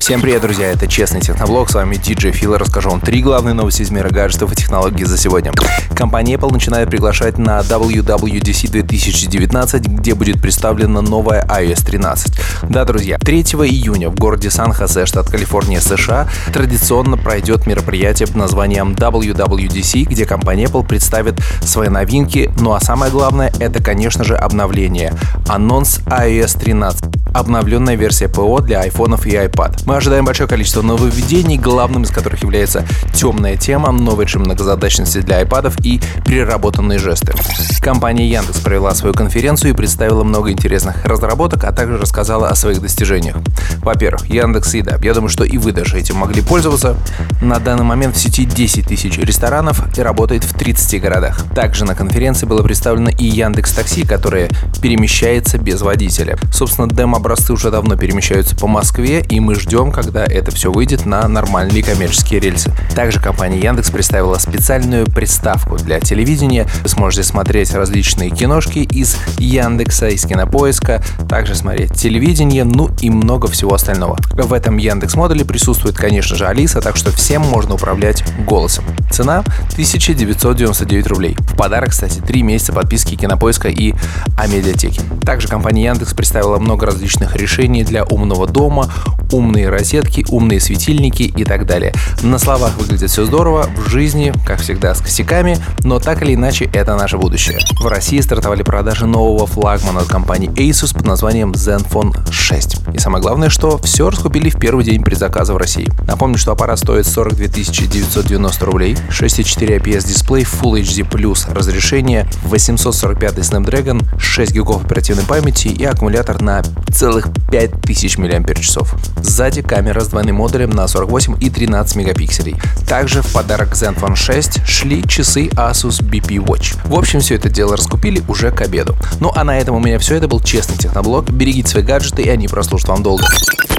Всем привет, друзья, это Честный Техноблог, с вами DJ Phil, и расскажу вам 3 главные новости из мира гаджетов и технологий за сегодня. Компания Apple начинает приглашать на WWDC 2019, где будет представлена новая iOS 13. Да, друзья, 3 июня в городе Сан-Хосе, штат Калифорния, США, традиционно пройдет мероприятие под названием WWDC, где компания Apple представит свои новинки, ну а самое главное, это, конечно же, обновление. Анонс iOS 13. Обновленная версия ПО для айфонов и iPad. Мы ожидаем большое количество нововведений, главным из которых является темная тема, новый режим многозадачности для iPad'ов и переработанные жесты. Компания Яндекс провела свою конференцию и представила много интересных разработок, а также рассказала о своих достижениях. Во-первых, Яндекс.Еда. Я думаю, что и вы даже этим могли пользоваться. На данный момент в сети 10 тысяч ресторанов и работает в 30 городах. Также на конференции было представлено и Яндекс.Такси, которое перемещается без водителя. Собственно, демо-образцы уже давно перемещаются по Москве, и мы ждем, когда это все выйдет на нормальные коммерческие рельсы. Также компания Яндекс представила специальную приставку для телевидения. Вы сможете смотреть различные киношки из Яндекса, из Кинопоиска, также смотреть телевидение, ну и много всего остального. В этом Яндекс-модуле присутствует, конечно же, Алиса, так что всем можно управлять голосом. Цена 1999 рублей. В подарок, кстати, 3 месяца подписки Кинопоиска и Амедиатеки. Также компания Яндекс представила много различных решений для умного дома, умные розетки, умные светильники и так далее. На словах выглядит все здорово, в жизни, как всегда, с косяками, но так или иначе это наше будущее. В России стартовали продажи нового флагмана от компании Asus под названием Zenfone 6. И самое главное, что все раскупили в первый день предзаказа в России. Напомню, что аппарат стоит 42 990 рублей, 6,4 IPS дисплей, Full HD+, разрешение, 845 Snapdragon, 6 гигов оперативной памяти и аккумулятор на целых 5000 мАч. Сзади камера с двойным модулем на 48 и 13 мегапикселей. Также в подарок к Zenfone 6 шли часы Asus BP Watch. В общем, все это дело раскупили уже к обеду. Ну а на этом у меня все. Это был Честный Техноблог. Берегите свои гаджеты, и они прослужат вам долго.